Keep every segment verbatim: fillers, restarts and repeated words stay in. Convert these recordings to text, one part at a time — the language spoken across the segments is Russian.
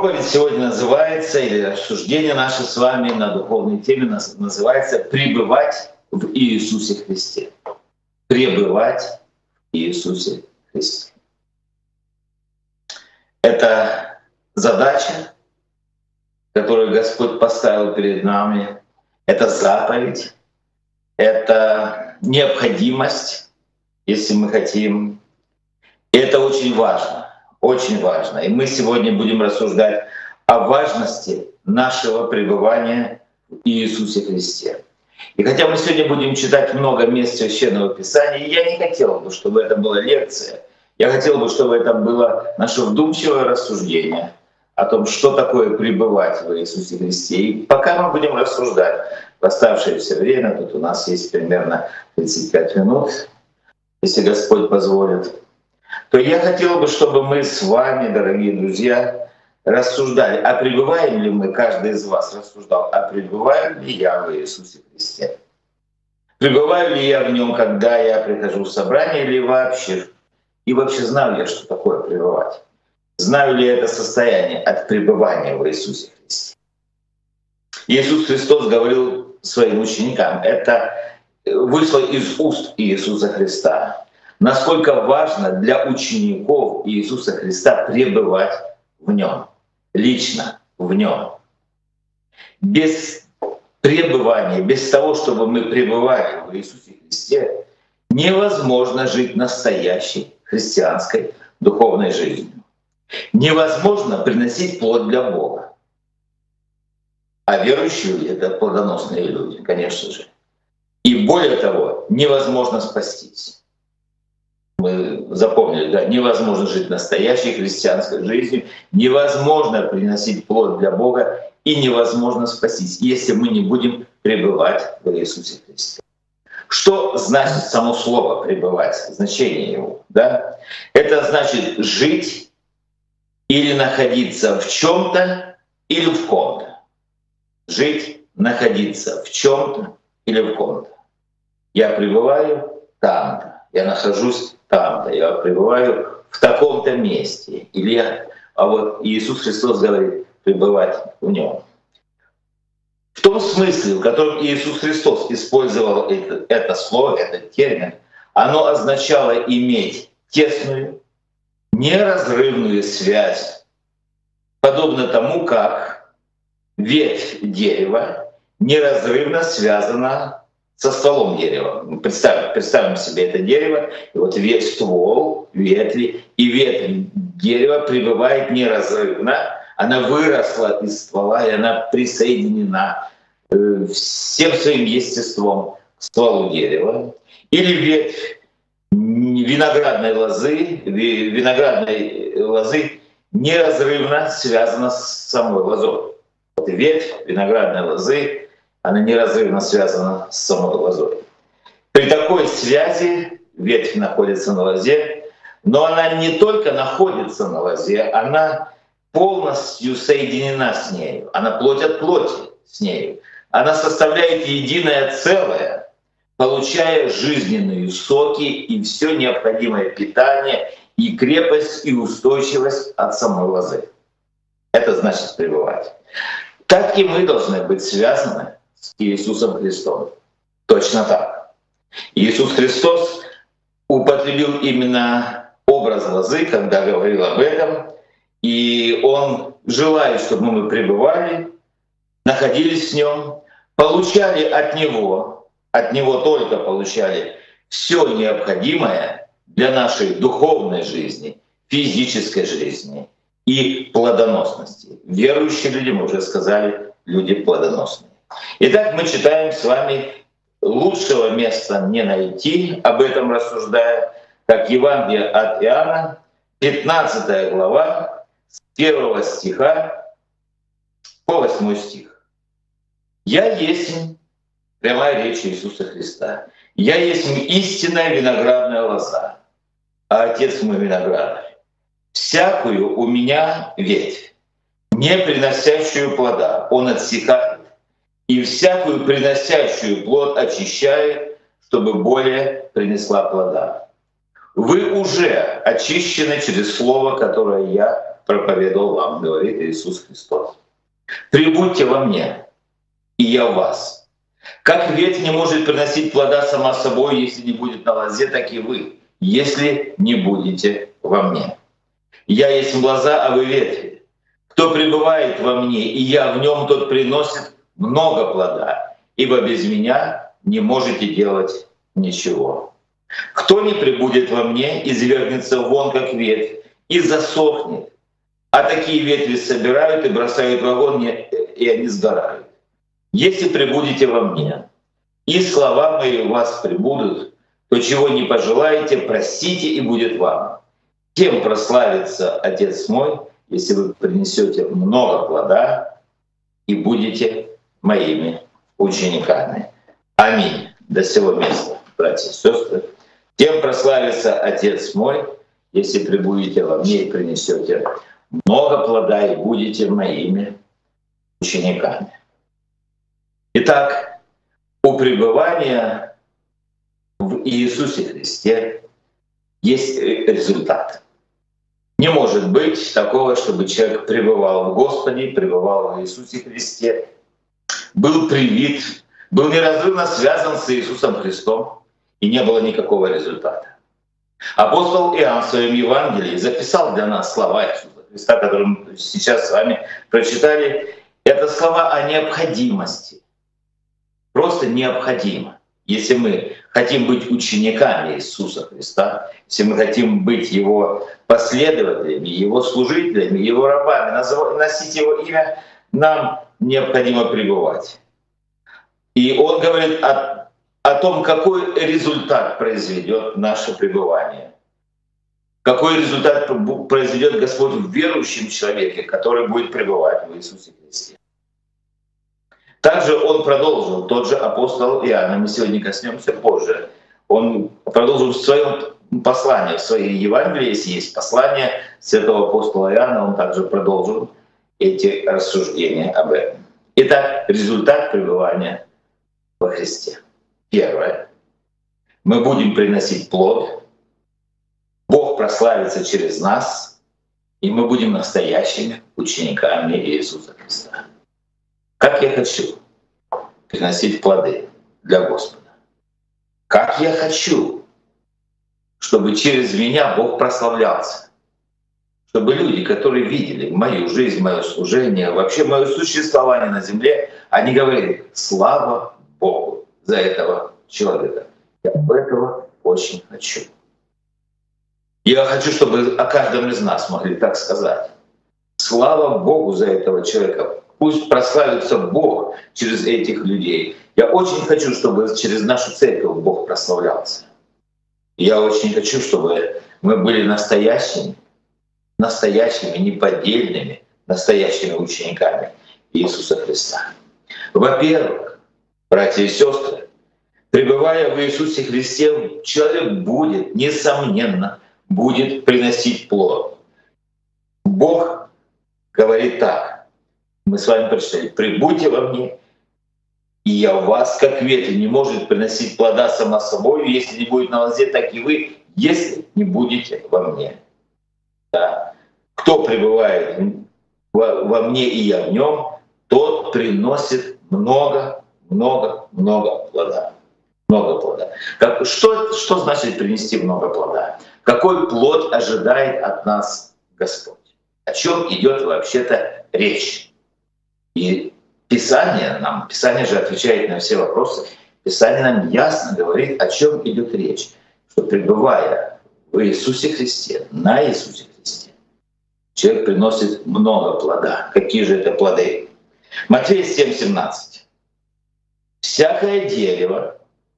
Проповедь сегодня называется, или рассуждение наше с вами на духовной теме наз- называется «Пребывать в Иисусе Христе». Пребывать в Иисусе Христе. Это задача, которую Господь поставил перед нами. Это заповедь, это необходимость, если мы хотим. И это очень важно. Очень важно. И мы сегодня будем рассуждать о важности нашего пребывания в Иисусе Христе. И хотя мы сегодня будем читать много мест Священного Писания, я не хотел бы, чтобы это была лекция. Я хотел бы, чтобы это было наше вдумчивое рассуждение о том, что такое пребывать в Иисусе Христе. И пока мы будем рассуждать в оставшееся время, тут у нас есть примерно тридцать пять минут, если Господь позволит, то я хотел бы, чтобы мы с вами, дорогие друзья, рассуждали, а пребываем ли мы, каждый из вас рассуждал, а пребываю ли я в Иисусе Христе? Пребываю ли я в Нем, когда я прихожу в собрание, или вообще? И вообще знаю я, что такое пребывать? Знаю ли это состояние от пребывания в Иисусе Христе? Иисус Христос говорил своим ученикам, это вышло из уст Иисуса Христа. Насколько важно для учеников Иисуса Христа пребывать в Нем, лично в Нем. Без пребывания, без того, чтобы мы пребывали в Иисусе Христе, невозможно жить настоящей христианской духовной жизнью. Невозможно приносить плод для Бога. А верующие люди — это плодоносные люди, конечно же. И более того, невозможно спастись. Мы запомнили, да, невозможно жить настоящей христианской жизнью, невозможно приносить плод для Бога и невозможно спастись, если мы не будем пребывать в Иисусе Христе. Что значит само слово «пребывать», значение его? Да? Это значит жить или находиться в чем-то или в ком-то. Жить, находиться в чем-то или в ком-то. Я пребываю там-то, я нахожусь там-то, я пребываю в таком-то месте. Или я, а вот Иисус Христос говорит пребывать в Нем. В том смысле, в котором Иисус Христос использовал это, это слово, этот термин, оно означало иметь тесную, неразрывную связь, подобно тому, как ветвь дерева неразрывно связана со стволом дерева. Представим, представим себе это дерево, и вот весь ствол, ветви, и ветвь дерева пребывает неразрывно, она выросла из ствола, и она присоединена э, всем своим естеством к стволу дерева. Или ветвь виноградной лозы, виноградной лозы неразрывно связана с самой лозой. Вот ветвь виноградной лозы, она неразрывно связана с самой лозой. При такой связи ветвь находится на лозе, но она не только находится на лозе, она полностью соединена с нею, она плоть от плоти с нею. Она составляет единое целое, получая жизненные соки и все необходимое питание, и крепость, и устойчивость от самой лозы. Это значит пребывать. Так и мы должны быть связаны с Иисусом Христом. Точно так. Иисус Христос употребил именно образ лозы, когда говорил об этом, и Он желает, чтобы мы пребывали, находились в Нем, получали от Него, от Него только получали все необходимое для нашей духовной жизни, физической жизни и плодоносности. Верующие люди, мы уже сказали, люди плодоносные. Итак, мы читаем с вами, лучшего места не найти, об этом рассуждая, как Евангелие от Иоанна, пятнадцатая глава, с первого стиха по восьмой стих. «Я есть», прямая речь Иисуса Христа, «Я есть истинная виноградная лоза, а Отец мой виноградарь. Всякую у меня ветвь, не приносящую плода, Он отсекает, и всякую приносящую плод очищает, чтобы более принесла плода. Вы уже очищены через слово, которое я проповедовал вам, говорит Иисус Христос. Прибудьте во мне, и я в вас. Как ветвь не может приносить плода сама собой, если не будет на лозе, так и вы, если не будете во мне. Я есть лоза, а вы ветви. Кто пребывает во мне, и я в нем, тот приносит много плода, ибо без меня не можете делать ничего. Кто не пребудет во мне, извергнется вон, как ветвь, и засохнет. А такие ветви собирают и бросают в огонь, и они сгорают. Если пребудете во мне, и слова мои у вас пребудут, то чего не пожелаете, просите, и будет вам. Тем прославится Отец мой, если вы принесете много плода и будете моими учениками. Аминь. До сего места, братья и сестры. Тем прославится Отец мой, если пребудете во мне и принесете много плода и будете моими учениками. Итак, у пребывания в Иисусе Христе есть результат. Не может быть такого, чтобы человек пребывал в Господе, пребывал в Иисусе Христе, был привит, был неразрывно связан с Иисусом Христом, и не было никакого результата. Апостол Иоанн в своем Евангелии записал для нас слова Иисуса Христа, которые мы сейчас с вами прочитали. Это слова о необходимости. Просто необходимо. Если мы хотим быть учениками Иисуса Христа, если мы хотим быть Его последователями, Его служителями, Его рабами, носить Его имя, нам необходимо пребывать. И Он говорит о, о том, какой результат произведет наше пребывание. Какой результат произведет Господь в верующем человеке, который будет пребывать в Иисусе Христе. Также он продолжил, тот же апостол Иоанн, мы сегодня коснемся позже, он продолжил в своем послании, в своей Евангелии, если есть послание святого апостола Иоанна, он также продолжил эти рассуждения об этом. Итак, результат пребывания во Христе. Первое. Мы будем приносить плод, Бог прославится через нас, и мы будем настоящими учениками Иисуса Христа. Как я хочу приносить плоды для Господа. Как я хочу, чтобы через меня Бог прославлялся. Чтобы люди, которые видели мою жизнь, мое служение, вообще мое существование на земле, они говорили: слава Богу за этого человека. Я этого очень хочу. Я хочу, чтобы о каждом из нас могли так сказать. Слава Богу за этого человека. Пусть прославится Бог через этих людей. Я очень хочу, чтобы через нашу церковь Бог прославлялся. Я очень хочу, чтобы мы были настоящими, настоящими, неподдельными, настоящими учениками Иисуса Христа. Во-первых, братья и сестры, пребывая в Иисусе Христе, человек будет, несомненно, будет приносить плод. Бог говорит так. Мы с вами прочитали: «Прибудьте во мне, и я в вас, как ветвь не может приносить плода сама собой, если не будет на лозе, так и вы, если не будете во мне». Да. Кто пребывает во, во мне, и я в нем, тот приносит много, много, много плода. Много плода. Как, что, что значит принести много плода? Какой плод ожидает от нас Господь? О чем идет вообще-то речь? И Писание нам, Писание же отвечает на все вопросы, Писание нам ясно говорит, о чем идет речь. Что пребывая в Иисусе Христе, на Иисусе Христе, человек приносит много плода. Какие же это плоды? Матфея семь семнадцать. «Всякое дерево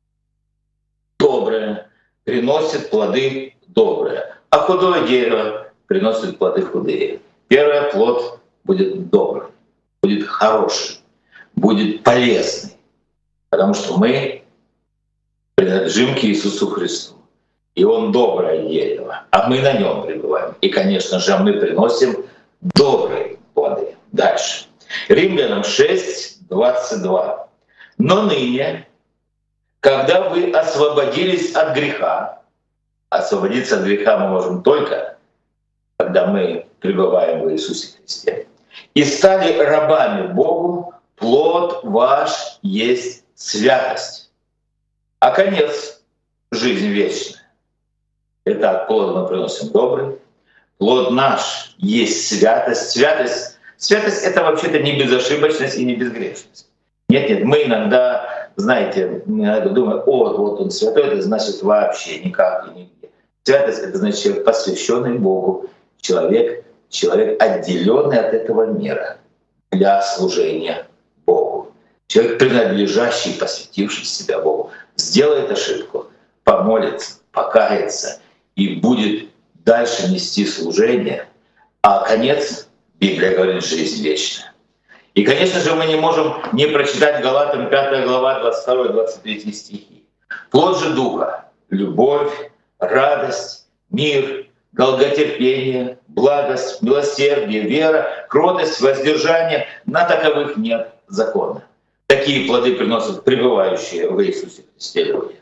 доброе приносит плоды добрые, а худое дерево приносит плоды худые». Первый плод будет добрый, будет хороший, будет полезный, потому что мы принадлежим к Иисусу Христу. И Он доброе дерево, а мы на нем пребываем. И, конечно же, мы приносим добрые плоды. Дальше. Римлянам шесть двадцать два. «Но ныне, когда вы освободились от греха», освободиться от греха мы можем только, когда мы пребываем в Иисусе Христе. И стали рабами Богу, плод ваш есть святость, а конец — жизнь вечная. Итак, плод мы приносим добрый, плод наш есть святость. Святость, святость — это вообще-то не безошибочность и не безгрешность. Нет, нет, мы иногда, знаете, иногда думаем: о, вот он святой, это значит вообще никак и нигде. Святость — это значит человек, посвященный Богу, человек, человек, отделенный от этого мира для служения Богу. Человек, принадлежащий, посвятивший себя Богу, сделает ошибку, помолится, покается и будет дальше нести служение, а конец, Библия говорит, жизнь вечная. И, конечно же, мы не можем не прочитать Галатам пятая глава, двадцать второй двадцать третий стихи. Плод же Духа — любовь, радость, мир, долготерпение, благость, милосердие, вера, кротость, воздержание. На таковых нет закона. Такие плоды приносят пребывающие в Иисусе Христе люди.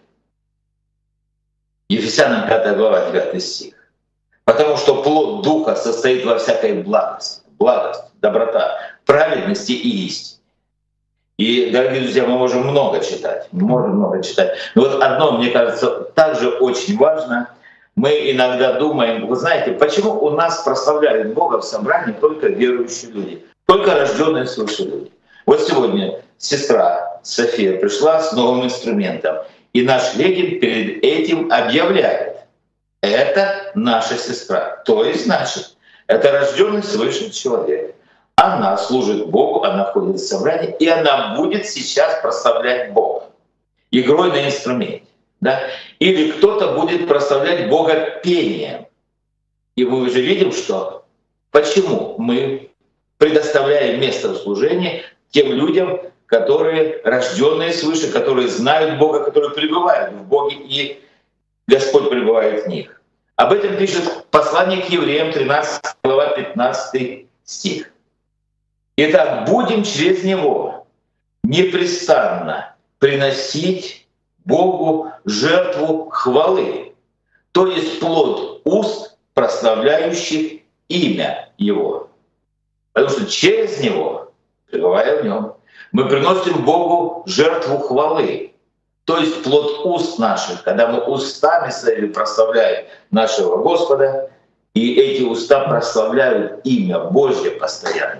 Ефесянам пятая глава, девятый стих. Потому что плод Духа состоит во всякой благости, благость, доброта, праведности и истине. И, дорогие друзья, мы можем много читать, мы можем много читать. Но вот одно, мне кажется, также очень важно. Мы иногда думаем, вы знаете, почему у нас прославляют Бога в собрании только верующие люди, только рожденные свыше люди. Вот сегодня сестра София пришла с новым инструментом, и наш легин перед этим объявляет: это наша сестра, то есть значит, это рожденный свыше человек. Она служит Богу, она ходит в собрание, и она будет сейчас прославлять Бога игрой на инструменте. Да? Или кто-то будет прославлять Бога пением. И мы уже видим, что почему мы предоставляем место в служении тем людям, которые рожденные свыше, которые знают Бога, которые пребывают в Боге, и Господь пребывает в них. Об этом пишет послание к евреям, тринадцатая глава, пятнадцатый стих. Итак, будем через Него непрестанно приносить Богу жертву хвалы, то есть плод уст, прославляющих имя Его. Потому что через Него, пребывая в Нем, мы приносим Богу жертву хвалы, то есть плод уст наших, когда мы устами своими прославляем нашего Господа, и эти уста прославляют имя Божье постоянно.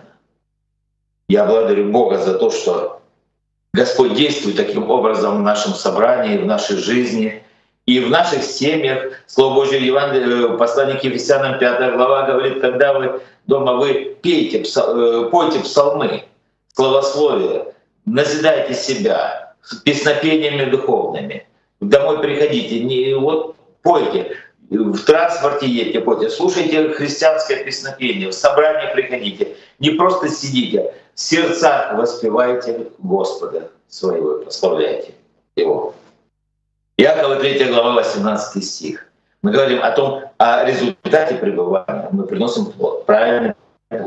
Я благодарю Бога за то, что Господь действует таким образом в нашем собрании, в нашей жизни и в наших семьях. Слово Божье в Евангелии, послание к Ефесянам пятая глава говорит: когда вы дома вы пейте, пойте псалмы, славословие, назидайте себя песнопениями духовными. Домой приходите, не, вот пойте, в транспорте едьте, пойте, слушайте христианское песнопение, в собрание приходите, не просто сидите, в сердцах воспевайте Господа своего, прославляйте Его. Иакова третья глава, восемнадцатый стих. Мы говорим о том, о результате пребывания. Мы приносим плод. Правильно?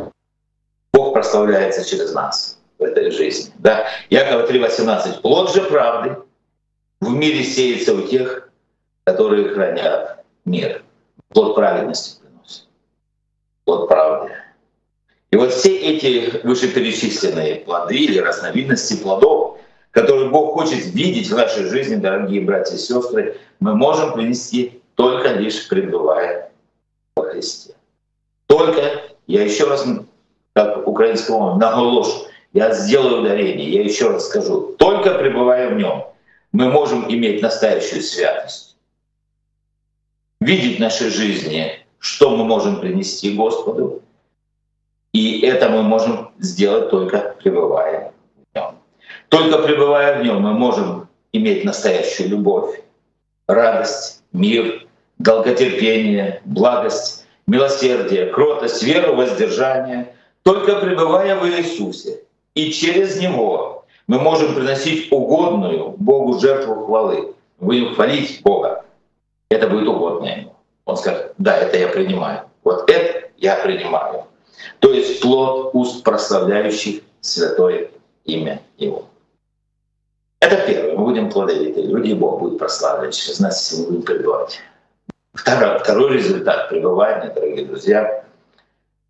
Бог прославляется через нас в этой жизни. Да? Иакова три восемнадцать. Плод же правды в мире сеется у тех, которые хранят мир. Плод праведности приносит. Плод правды. И вот все эти вышеперечисленные плоды или разновидности плодов, которые Бог хочет видеть в нашей жизни, дорогие братья и сестры, мы можем принести только лишь пребывая во Христе. Только, я еще раз, как украинскому наголошу, я сделаю ударение, я еще раз скажу, только пребывая в Нем мы можем иметь настоящую святость, видеть в нашей жизни, что мы можем принести Господу, и это мы можем сделать только пребывая в Нем. Только пребывая в Нем мы можем иметь настоящую любовь, радость, мир, долготерпение, благость, милосердие, кротость, веру, воздержание. Только пребывая в Иисусе и через Него мы можем приносить угодную Богу жертву хвалы. Будем хвалить Бога. Это будет угодно Ему. Он скажет: да, это я принимаю. Вот это я принимаю. То есть плод уст, прославляющих святое имя Его. Это первое. Мы будем плодовитые люди, и Бог будет прославлен через нас, если мы будем пребывать. Второй, второй результат пребывания, дорогие друзья,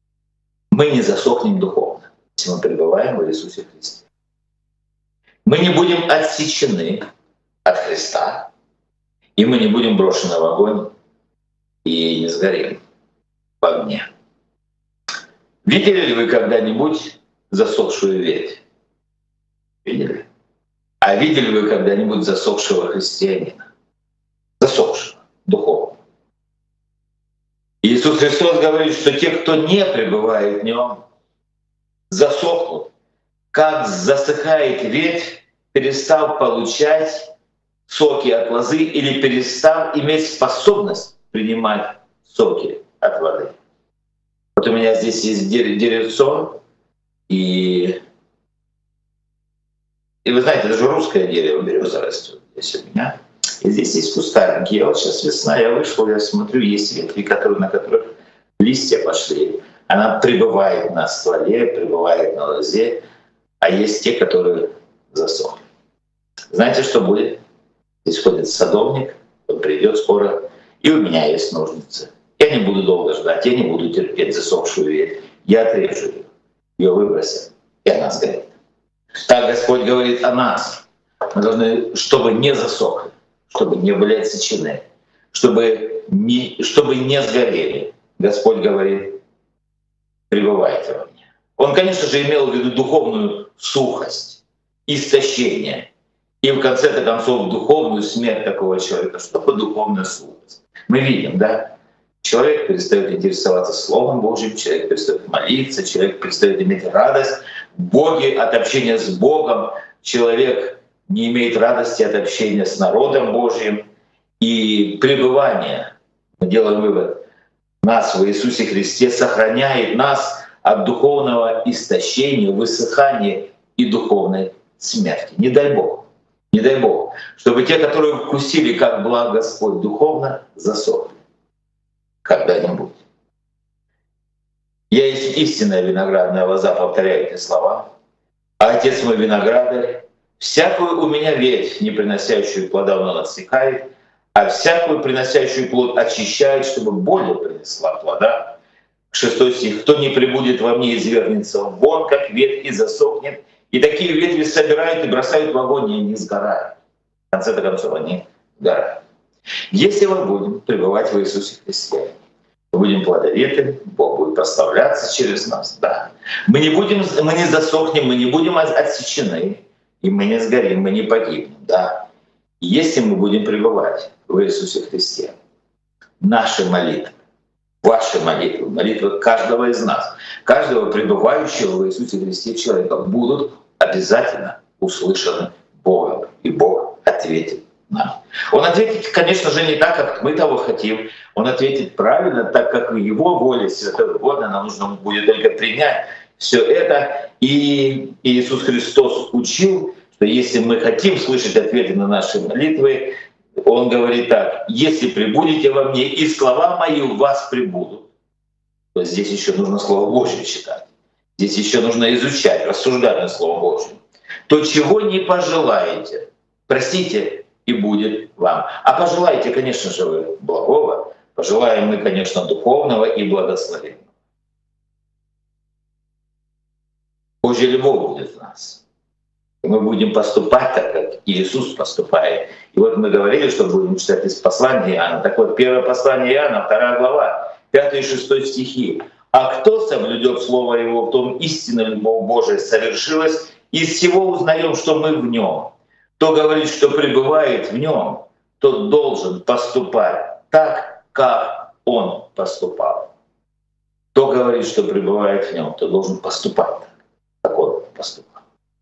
мы не засохнем духовно, если мы пребываем в Иисусе Христе. Мы не будем отсечены от Христа, и мы не будем брошены в огонь и не сгорим в огне. Видели ли вы когда-нибудь засохшую ветвь? Видели? А видели вы когда-нибудь засохшего христианина? Засохшего, духовно. Иисус Христос говорит, что те, кто не пребывает в Нем, засохнут, как засыхает ветвь, перестав получать соки от лозы или перестав иметь способность принимать соки от воды. Вот у меня здесь есть деревцо, и, и вы знаете, это же русское дерево, береза растет здесь у меня. И здесь есть кустарники. Я вот сейчас весна, я вышел, я смотрю, есть ветви, которые, на которых листья пошли. Она пребывает на стволе, пребывает на лозе, а есть те, которые засохли. Знаете, что будет? Здесь ходит садовник, он придет скоро, и у меня есть ножницы. Я не буду долго ждать, я не буду терпеть засохшую ветвь. Я отрежу ее, ее выбросят, и она сгорит. Так Господь говорит о нас. Мы должны, чтобы не засохли, чтобы не были отсечены, чтобы не, чтобы не сгорели. Господь говорит, пребывайте во мне. Он, конечно же, имел в виду духовную сухость, истощение. И в конце-то концов духовную смерть такого человека. Что такое духовная сухость? Мы видим, да? Человек перестает интересоваться Словом Божьим, человек перестает молиться, человек перестает иметь радость в Боге от общения с Богом, человек не имеет радости от общения с народом Божьим. И пребывание, мы делаем вывод, нас в Иисусе Христе сохраняет нас от духовного истощения, высыхания и духовной смерти. Не дай Бог, не дай Бог, чтобы те, которые вкусили, как благ Господь, духовно засохли когда-нибудь. «Я есть истинная виноградная лоза», повторяю эти слова, «а Отец мой виноградарь, всякую у меня ветвь, не приносящую плода, он отсекает, а всякую приносящую плод очищает, чтобы более принесла плода». Шестой стих. «Кто не пребудет во мне, извергнется вон, как ветвь, и засохнет, и такие ветви собирают и бросают в огонь, и они сгорают». В конце концов, они сгорают. Если мы будем пребывать в Иисусе Христе, мы будем плодовиты, Бог будет прославляться через нас. Да. Мы не будем, мы не засохнем, мы не будем отсечены, и мы не сгорим, мы не погибнем. Да. Если мы будем пребывать в Иисусе Христе, наши молитвы, ваши молитвы, молитвы каждого из нас, каждого пребывающего в Иисусе Христе человека будут обязательно услышаны Богом, и Бог ответит нам. Он ответит, конечно же, не так, как мы того хотим. Он ответит правильно, так как в Его воле святой угодно. Нам нужно будет только принять все это. И Иисус Христос учил, что если мы хотим слышать ответы на наши молитвы, Он говорит так: «Если пребудете во мне, и слова мои у вас пребудут», то здесь еще нужно Слово Божье читать. Здесь еще нужно изучать, рассуждать над Словом Божьим. «То, чего не пожелаете, просите, и будет вам». А пожелайте, конечно же, вы благого, пожелаем мы, конечно, духовного и благословенного. Божья любовь будет в нас. И мы будем поступать так, как Иисус поступает. И вот мы говорили, что будем читать из послания Иоанна. Так вот, первое послание Иоанна, вторая глава, пятый и шестой стихи. «А кто соблюдет Слово Его, в том истинная любовь Божия совершилась, из всего узнаем, что мы в Нем. Кто говорит, что пребывает в Нем, тот должен поступать так, как Он поступал». Кто говорит, что пребывает в Нем, тот должен поступать так, как Он поступал.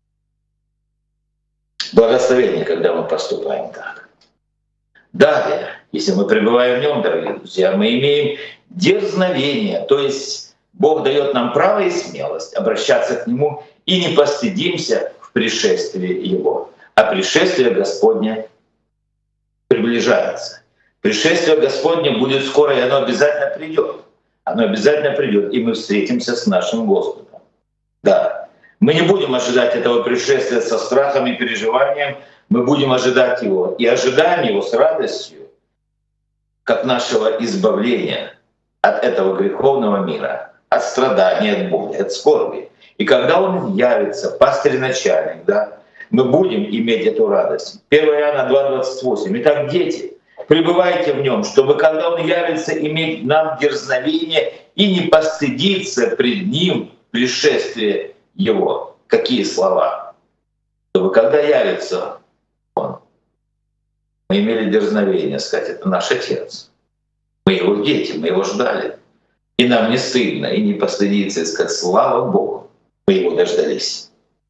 Благословение, когда мы поступаем так. Далее, если мы пребываем в Нем, дорогие друзья, мы имеем дерзновение, то есть Бог дает нам право и смелость обращаться к Нему и не постыдимся в пришествии Его. А пришествие Господне приближается. Пришествие Господне будет скоро, и оно обязательно придет. Оно обязательно придет, и мы встретимся с нашим Господом. Да. Мы не будем ожидать этого пришествия со страхом и переживанием, мы будем ожидать Его. И ожидаем Его с радостью, как нашего избавления от этого греховного мира, от страданий, от боли, от скорби. И когда Он явится, пастырь-начальник, да, мы будем иметь эту радость. первое Иоанна два двадцать восемь. Итак, дети, пребывайте в Нем, чтобы, когда Он явится, иметь нам дерзновение и не постыдиться пред Ним пришествие Его. Какие слова? Чтобы, когда явится Он, мы имели дерзновение сказать, это наш Отец. Мы Его дети, мы Его ждали. И нам не стыдно, и не постыдиться, и сказать, слава Богу, мы Его дождались.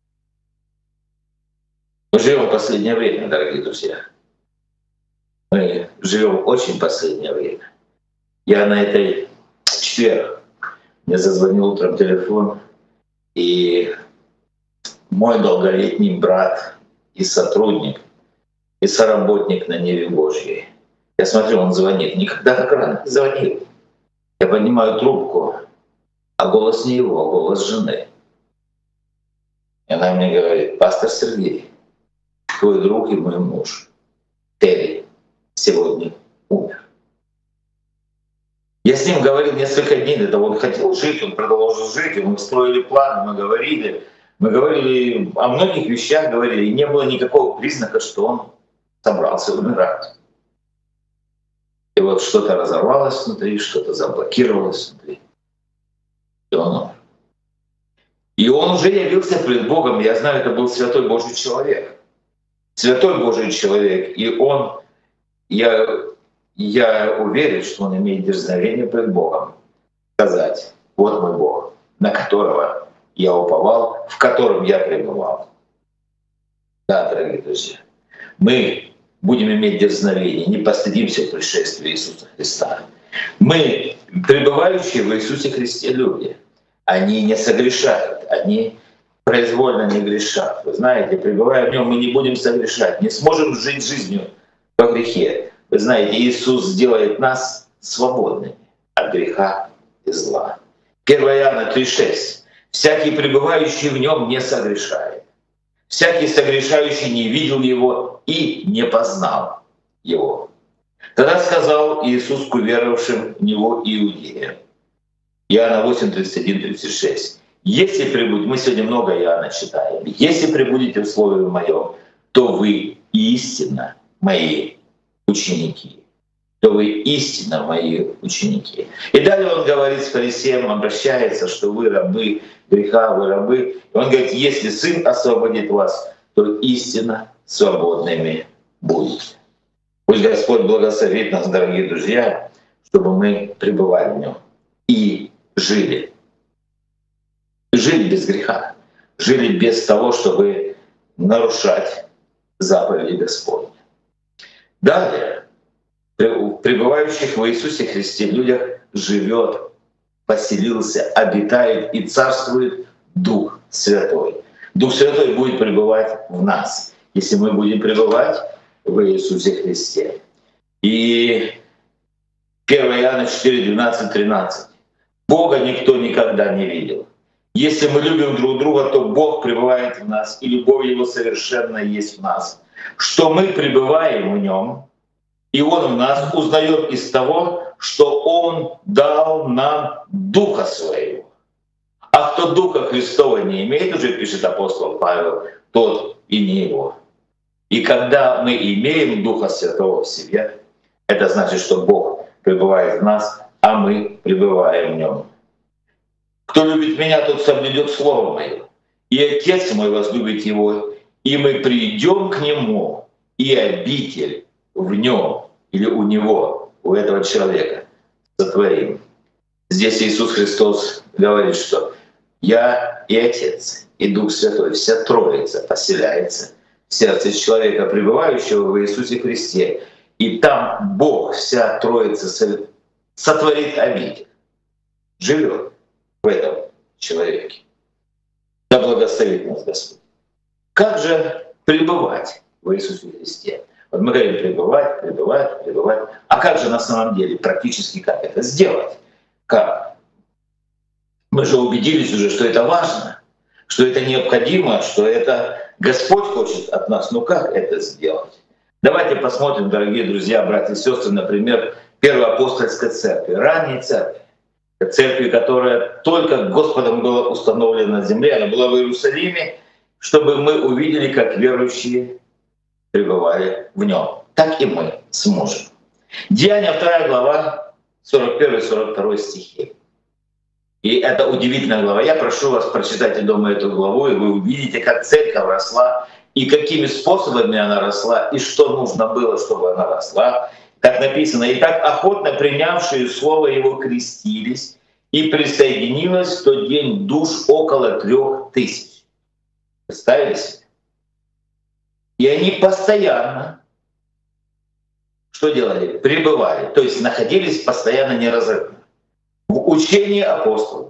Мы живем в последнее время, дорогие друзья. Мы живем в очень последнее время. Я на этой четверг, мне зазвонил утром телефон, и мой долголетний брат и сотрудник, и соработник на Ниве Божьей. Я смотрю, он звонит. Никогда так рано не звонил. Я поднимаю трубку, а голос не его, а голос жены. И она мне говорит, пастор Сергей, твой друг и мой муж, Терри, сегодня умер. Я с ним говорил несколько дней до того, он хотел жить, он продолжил жить, и мы строили планы, мы говорили, мы говорили о многих вещах, говорили, и не было никакого признака, что он собрался умирать. И вот что-то разорвалось внутри, что-то заблокировалось внутри. И он умер. И он уже явился пред Богом. Я знаю, это был святой Божий человек. Святой Божий человек. И он, я, я уверен, что он имеет дерзновение пред Богом сказать, вот мой Бог, на которого я уповал, в котором я пребывал. Да, дорогие друзья, мы будем иметь дерзновение, не постыдимся пришествия Иисуса Христа. Мы, пребывающие в Иисусе Христе люди, они не согрешают, они произвольно не грешат. Вы знаете, пребывая в Нем, мы не будем согрешать, не сможем жить жизнью во грехе. Вы знаете, Иисус сделает нас свободными от греха и зла. первое Иоанна три шесть. «Всякий, пребывающий в Нем, не согрешает. Всякий согрешающий не видел Его и не познал Его». Тогда сказал Иисус к уверовавшим в Него иудеям. Иоанна восемь тридцать один тридцать шесть. «Если прибудете», мы сегодня много Иоанна читаем, «если прибудете в Слове Моем, то вы истинно Мои ученики». То вы истинно Мои ученики. И далее Он говорит с фарисеем, обращается, что вы рабы греха, вы рабы. И Он говорит, если Сын освободит вас, то истинно свободными будете. Пусть Господь благословит нас, дорогие друзья, чтобы мы пребывали в Нем и жили. Жили без греха, жили без того, чтобы нарушать заповеди Господни. Далее, в пребывающих в Иисусе Христе людях живет, поселился, обитает и царствует Дух Святой. Дух Святой будет пребывать в нас, если мы будем пребывать в Иисусе Христе. И первое Иоанна четыре двенадцать тринадцать. «Бога никто никогда не видел. Если мы любим друг друга, то Бог пребывает в нас, и любовь Его совершенно есть в нас. Что мы пребываем в Нем, и Он в нас, узнаем из того, что Он дал нам Духа Своего. А кто Духа Христова не имеет, уже пишет апостол Павел, тот и не Его». И когда мы имеем Духа Святого в себе, это значит, что Бог пребывает в нас, а мы пребываем в Нем. «Кто любит Меня, тот соблюдет Слово Мое, и Отец Мой возлюбит Его, и мы придем к Нему, и обитель в Нем или у Него, у этого человека, сотворим». Здесь Иисус Христос говорит, что «Я и Отец, и Дух Святой, вся Троица поселяется в сердце человека, пребывающего в Иисусе Христе, и там Бог, вся Троица, сотворит обитель, живет в этом человеке». Да благословит нас Господь. Как же пребывать в Иисусе Христе? Вот мы говорим пребывать, пребывать, пребывать. А как же на самом деле, практически как это сделать? Как? Мы же убедились уже, что это важно, что это необходимо, что это Господь хочет от нас. Ну как это сделать? Давайте посмотрим, дорогие друзья, братья и сестры, например, Первой апостольской церкви, ранней церкви. церкви, которая только Господом была установлена на земле, она была в Иерусалиме, чтобы мы увидели, как верующие пребывали в нем. Так и мы сможем. Деяния вторая глава, сорок первый сорок второй стихи. И это удивительная глава. Я прошу вас, прочитайте дома эту главу, и вы увидите, как церковь росла, и какими способами она росла, и что нужно было, чтобы она росла. Как написано, «И так охотно принявшие слово его крестились, и присоединилось в тот день душ около трех тысяч». Представили себе? И они постоянно что делали? Пребывали, то есть находились постоянно неразрывно в учении апостолов,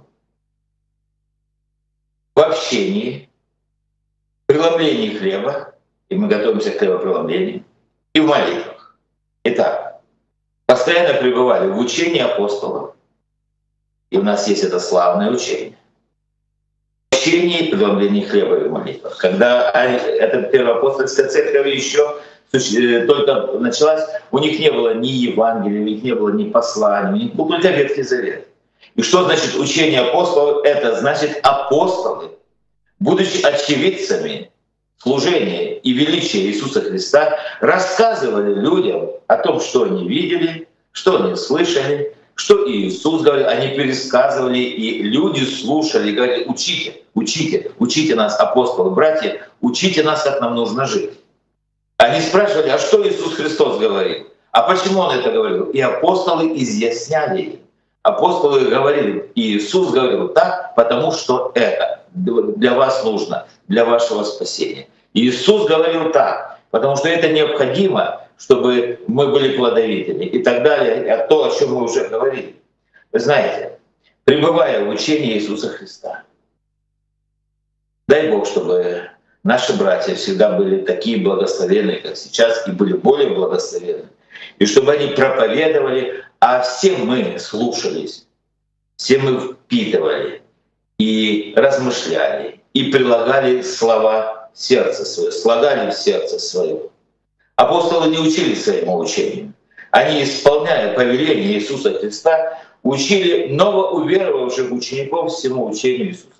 в общении, в преломлении хлеба, и мы готовимся к хлебопреломлению, и в молитвах. Итак, постоянно пребывали в учении апостолов, и у нас есть это славное учение. В учении, преломлении хлеба и в молитвах. Когда эта первоапостольская церковь еще только началась, у них не было ни Евангелия, у них не было ни посланий, у них был только Ветхий Завет. И что значит учение апостолов? Это значит апостолы, будучи очевидцами служения и величия Иисуса Христа, рассказывали людям о том, что они видели, что они слышали, что Иисус говорил, они пересказывали, и люди слушали, и говорили: учите, учите, учите нас, апостолы, братья, учите нас, как нам нужно жить. Они спрашивали: а что Иисус Христос говорил? А почему Он это говорил? И апостолы изъясняли им. Апостолы говорили, и Иисус говорил так, потому что это для вас нужно, для вашего спасения. И Иисус говорил так, потому что это необходимо, чтобы мы были плодовитыми и так далее, а то, о чем мы уже говорили. Вы знаете, пребывая в учении Иисуса Христа, дай Бог, чтобы наши братья всегда были такие благословенные, как сейчас, и были более благословенны, и чтобы они проповедовали, а все мы слушались, все мы впитывали и размышляли, и прилагали слова в сердце свое, слагали в сердце свое. Апостолы не учились своему учению. Они, исполняя повеление Иисуса Христа, учили новоуверовавших учеников всему учению Иисуса.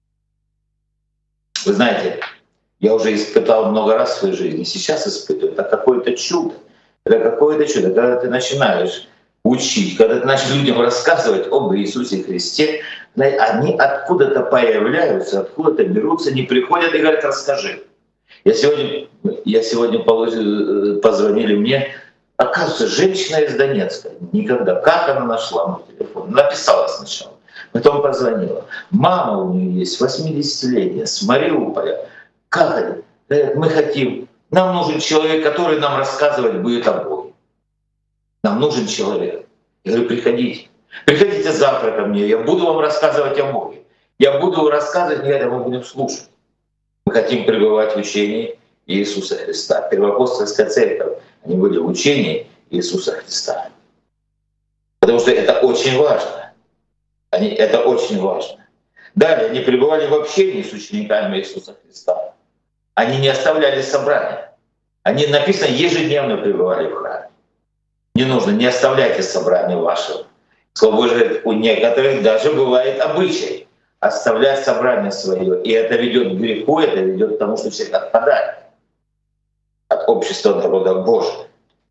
Вы знаете, я уже испытал много раз в своей жизни, сейчас испытываю. Это какое-то чудо. Это какое-то чудо, когда ты начинаешь учить, когда ты начинаешь людям рассказывать об Иисусе Христе, они откуда-то появляются, откуда-то берутся, не приходят и говорят: расскажи. Я сегодня, я сегодня позвонили мне, оказывается, женщина из Донецка. Никогда. Как она нашла мой телефон? Написала сначала, потом позвонила. Мама у нее есть, восьмидесятилетняя, с Мариуполя. Как они? Говорят: мы хотим, нам нужен человек, который нам рассказывать будет о Боге. Нам нужен человек. Я говорю: приходите. Приходите завтра ко мне, я буду вам рассказывать о Боге. Я буду рассказывать, и это мы будем слушать. Мы хотим пребывать в учении Иисуса Христа. Первоапостольская церковь, они были в учении Иисуса Христа. Потому что это очень важно. Они, это очень важно. Далее, они пребывали в общении с учениками Иисуса Христа. Они не оставляли собрания. Они, написано, ежедневно пребывали в храме. Не нужно, не оставляйте собрания вашего. Слово Божие, у некоторых даже бывает обычай оставлять собрание свое. И это ведет к греху, это ведет к тому, что человек отпадает от общества народа Божьего.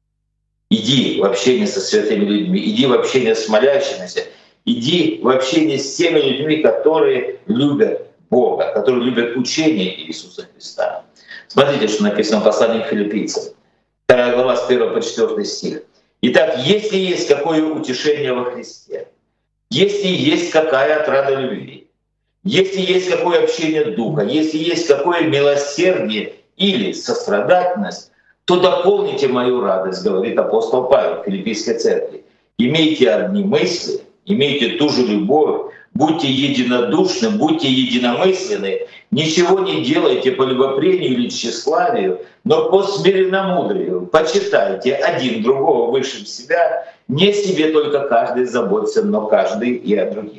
Иди в общение со святыми людьми, иди в общение с молящимися, иди в общение с теми людьми, которые любят Бога, которые любят учение Иисуса Христа. Смотрите, что написано в послании к Филиппийцам. вторая глава с первого по четвёртый стих. Итак, если есть какое утешение во Христе, если есть какая отрада любви, если есть какое общение Духа, если есть какое милосердие или сострадательность, то дополните мою радость, говорит апостол Павел в Филиппийской церкви. Имейте одни мысли, имейте ту же любовь, будьте единодушны, будьте единомысленны, ничего не делайте по любопрению или тщеславию, но по смиренномудрию почитайте один другого выше себя, не себе только каждый заботится, но каждый и о других.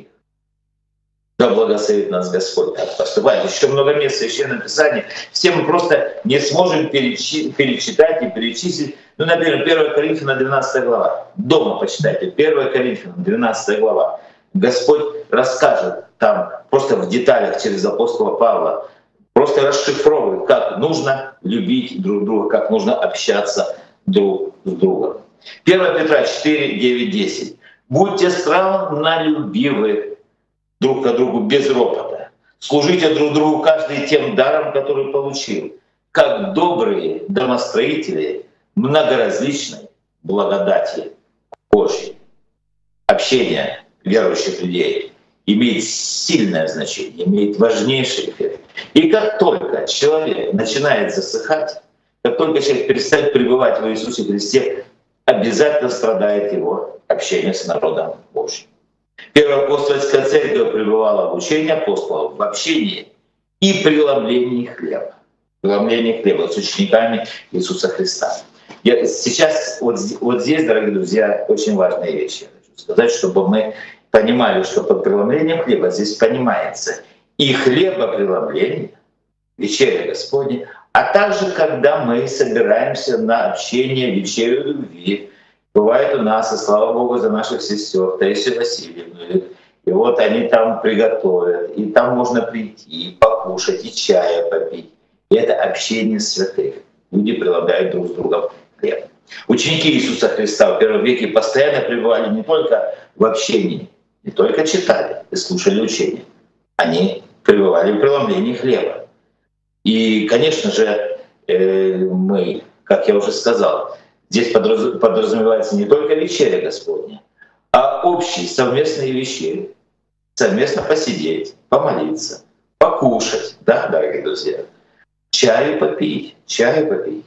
Да благословит нас Господь так поступать. Еще много мест в Священном Писании. Все мы просто не сможем перечи- перечитать и перечислить. Ну, например, первое Коринфянам двенадцатая глава. Дома почитайте. первое Коринфянам двенадцатая глава. Господь расскажет там просто в деталях через апостола Павла, просто расшифровывает, как нужно любить друг друга, как нужно общаться друг с другом. первое Петра четыре, девять, десять. «Будьте страннолюбивы друг к другу без ропота. Служите друг другу каждый тем даром, который получил, как добрые домостроители многоразличной благодати Божьей». Общение верующих людей имеет сильное значение, имеет важнейший эффект. И как только человек начинает засыхать, как только человек перестает пребывать в Иисусе Христе, обязательно страдает его общение с народом Божьим. Первая апостольская церковь пребывала в учении апостолов, в общении и преломлении хлеба. Преломлении хлеба с учениками Иисуса Христа. Я сейчас, вот, вот здесь, дорогие друзья, очень важные вещи я хочу сказать, чтобы мы понимали, что под преломлением хлеба здесь понимается и хлебопреломление, вечеря Господня, а также когда мы собираемся на общение, вечерю любви. Бывает у нас, и слава Богу за наших сестер, Таисию Васильевну, и вот они там приготовят, и там можно прийти, и покушать, и чая попить. И это общение святых. Люди преломляют друг с другом хлеб. Ученики Иисуса Христа в первом веке постоянно пребывали не только в общении, не только читали и слушали учения. Они пребывали в преломлении хлеба. И, конечно же, мы, как я уже сказал, здесь подразумевается не только вечеря Господня, а общие совместные вечери. Совместно посидеть, помолиться, покушать, да, дорогие друзья, чаю попить, чаю попить.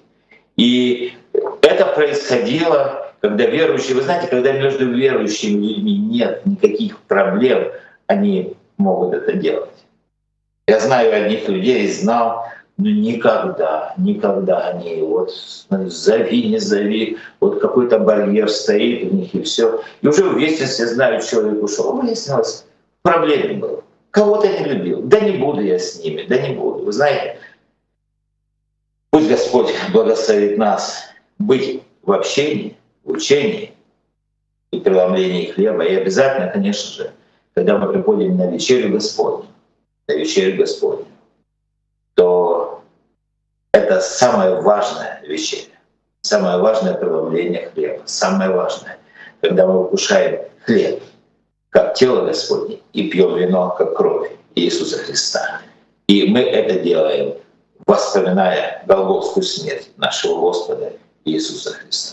И это происходило, когда верующие, вы знаете, когда между верующими людьми нет никаких проблем, они могут это делать. Я знаю одних людей, знал, но никогда, никогда они вот зови, не зови, вот какой-то барьер стоит у них и все. И уже в вечности знают, человек ушел. Выяснилось, проблем был. Кого-то не любил. Да не буду я с ними, да не буду. Вы знаете, пусть Господь благословит нас быть в общении, в учении и преломлении хлеба. И обязательно, конечно же, когда мы приходим на вечерю Господню, на вечерю Господню, то это самое важное вечеря, самое важное преломление хлеба, самое важное, когда мы вкушаем хлеб, как тело Господне, и пьем вино, как кровь Иисуса Христа. И мы это делаем, вспоминая Голгофскую смерть нашего Господа Иисуса Христа.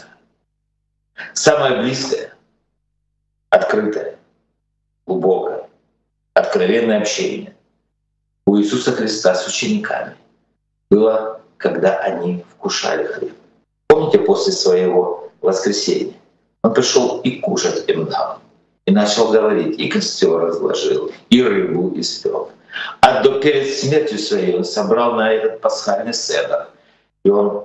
Самое близкое, открытое, глубокое, откровенное общение у Иисуса Христа с учениками было, когда они вкушали хлеб. Помните, после своего воскресения Он пришел и кушать им дал, и начал говорить, и костер разложил, и рыбу испек. А до перед смертью своей Он собрал на этот пасхальный седр, и Он,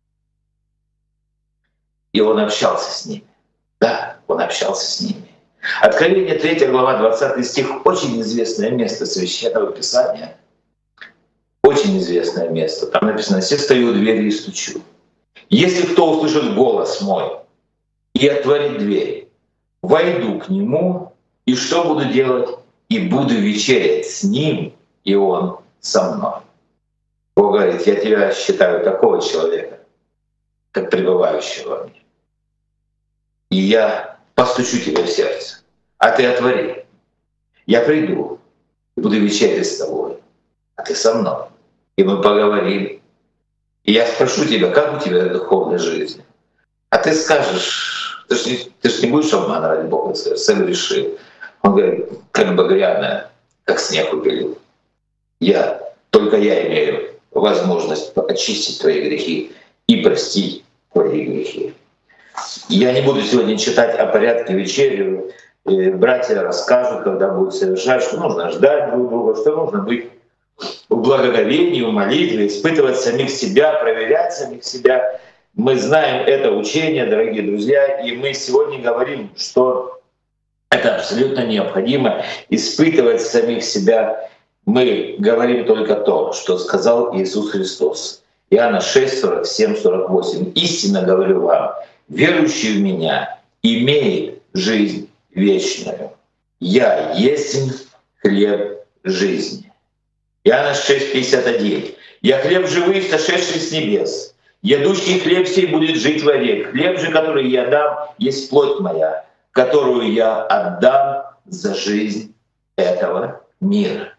и он общался с ними. Да, Он общался с ними. Откровение третья глава, двадцатый стих, очень известное место Священного Писания. Очень известное место. Там написано: «Все стою у двери и стучу. Если кто услышит голос мой и отворит дверь, войду к нему, и что буду делать? И буду вечерять с ним, и он со мной». Бог говорит: я тебя считаю такого человека, как пребывающего во мне. И я постучу тебе в сердце, а ты отвори. Я приду и буду вечерять с тобой, а ты со мной. И мы поговорим. И я спрошу тебя, как у тебя духовная жизнь? А ты скажешь, ты же не, ты ж не будешь обманывать Бога, скажешь: согрешил. Он говорит: как багряная, как снег убелил. Я, только я имею возможность очистить твои грехи и простить твои грехи. Я не буду сегодня читать о порядке вечери. Братья расскажут, когда будут совершать, что нужно ждать друг друга, что нужно быть в благоговении, в молитве, испытывать самих себя, проверять самих себя. Мы знаем это учение, дорогие друзья, и мы сегодня говорим, что это абсолютно необходимо испытывать самих себя. Мы говорим только то, что сказал Иисус Христос. Иоанна шесть, сорок семь, сорок восемь. «Истинно говорю вам, верующий в Меня имеет жизнь вечную, «Я есть хлеб жизни». Иоанна шесть пятьдесят один. «Я хлеб живый, сошедший с небес. Ядущий хлеб сей будет жить вовек. Хлеб же, который я дам, есть плоть моя, которую я отдам за жизнь этого мира».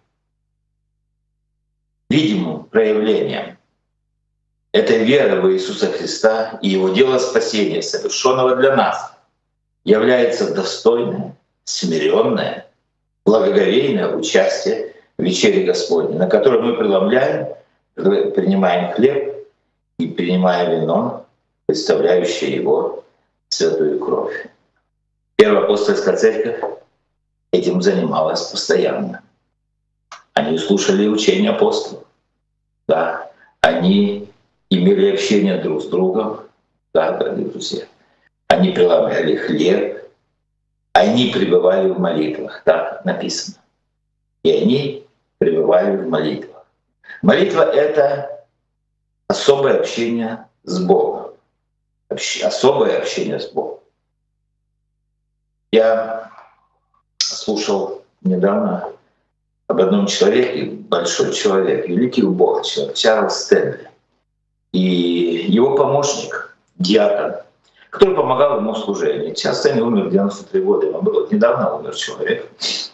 Видимым проявлением этой веры в Иисуса Христа и Его дело спасения, совершенного для нас, является достойное, смиренное, благоговейное участие в вечере Господней, на которой мы преломляем, принимаем хлеб и принимаем вино, представляющее Его святую кровь. Первая апостольская церковь этим занималась постоянно. Они слушали учения апостолов, да, они имели общение друг с другом, да, дорогие друзья. Они преломляли хлеб, они пребывали в молитвах, так написано. И они пребывали в молитвах. Молитва — это особое общение с Богом, Общ, особое общение с Богом. Я слушал недавно об одном человеке, большой человек, великий у Бога человек, Чарльз Стэнли. И его помощник, диакон, который помогал ему в служении. Сейчас Стэнли умер в девяносто три года, ему было недавно умер человек.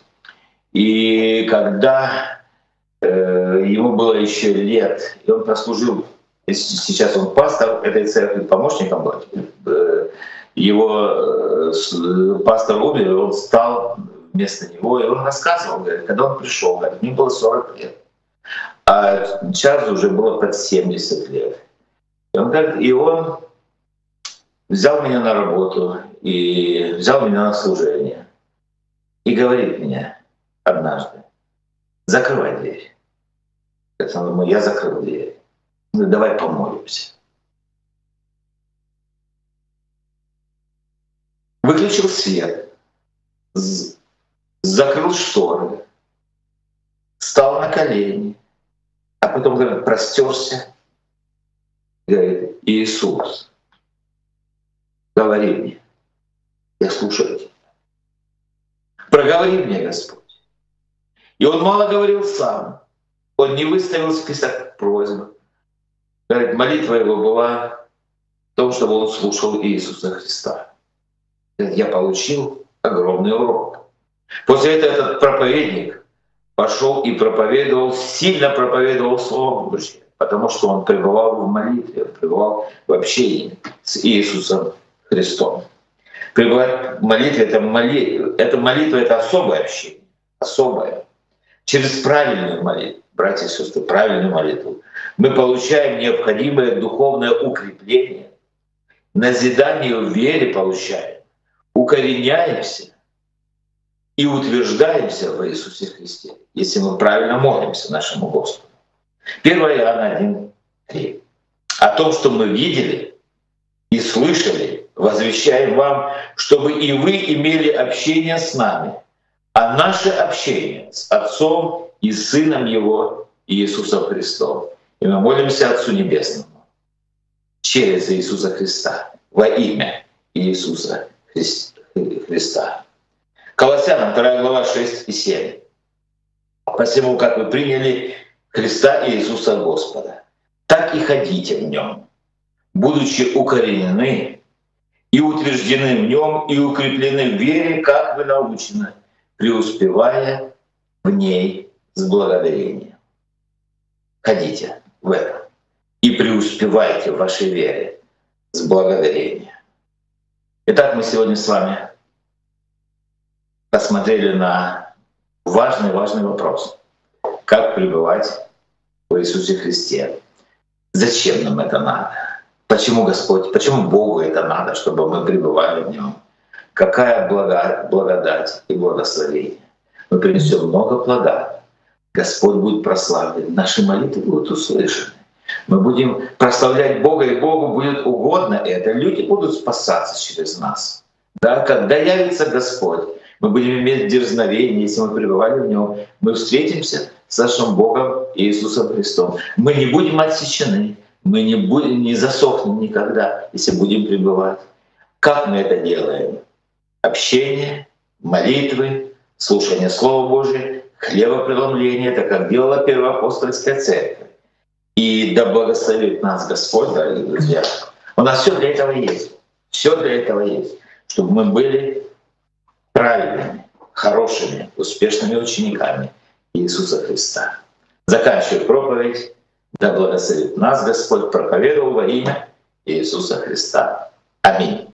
И когда э, ему было еще лет, и он прослужил, сейчас он пастор этой церкви, помощником был, э, его э, пастор умер, и он стал вместо него, и он рассказывал, говорит, когда он пришел, говорит, мне было сорок лет, а Чарльзу уже было под семьдесят лет. И он, говорит, и он взял меня на работу, и взял меня на служение, и говорит мне однажды: закрывай дверь. Я закрыл дверь. Ну, давай помолимся. Выключил свет, закрыл шторы, встал на колени, а потом, говорит, простерся, говорит: Иисус, говори мне, я слушаю тебя. Проговори мне, Господь. И он мало говорил сам, он не выставил список просьб. Говорит, молитва его была в том, чтобы он слушал Иисуса Христа. Говорит, я получил огромный урок. После этого этот проповедник пошел и проповедовал, сильно проповедовал Слово Божье, потому что он пребывал в молитве, он пребывал в общении с Иисусом Христом. Пребывать в молитве — это молитва, это молитва, это особое общение, особое. Через правильную молитву, братья и сестры, правильную молитву, мы получаем необходимое духовное укрепление, назидание в вере получаем, укореняемся и утверждаемся в Иисусе Христе, если мы правильно молимся нашему Господу. первое Иоанна один три. О том, что мы видели и слышали, возвещаем вам, чтобы и вы имели общение с нами, а наше общение с Отцом и Сыном Его Иисусом Христом. И мы молимся Отцу Небесному через Иисуса Христа, во имя Иисуса Христа. Колоссянам вторая глава шесть и семь. «Посему, как вы приняли Христа Иисуса Господа, так и ходите в Нем, будучи укоренены и утверждены в Нем и укреплены в вере, как вы научены, преуспевая в ней с благодарением». Ходите в этом и преуспевайте в вашей вере с благодарением. Итак, мы сегодня с вами посмотрели на важный-важный вопрос: как пребывать в Иисусе Христе. Зачем нам это надо? Почему Господь, почему Богу это надо, чтобы мы пребывали в Нем? Какая благодать и благословение? Мы принесем много плода. Господь будет прославлен, наши молитвы будут услышаны. Мы будем прославлять Бога, и Богу будет угодно это. Люди будут спасаться через нас. Да, когда явится Господь, мы будем иметь дерзновение, если мы пребывали в Нем. Мы встретимся с нашим Богом Иисусом Христом. Мы не будем отсечены, мы не, будем, не засохнем никогда, если будем пребывать. Как мы это делаем? Общение, молитвы, слушание Слова Божия, хлебопреломление, это как делала Первоапостольская церковь. И да благословит нас Господь, дорогие друзья. У нас все для этого есть. Все для этого есть. Чтобы мы были правильными, хорошими, успешными учениками Иисуса Христа. Заканчиваю проповедь. Да благословит нас Господь, проповедовал во имя Иисуса Христа. Аминь.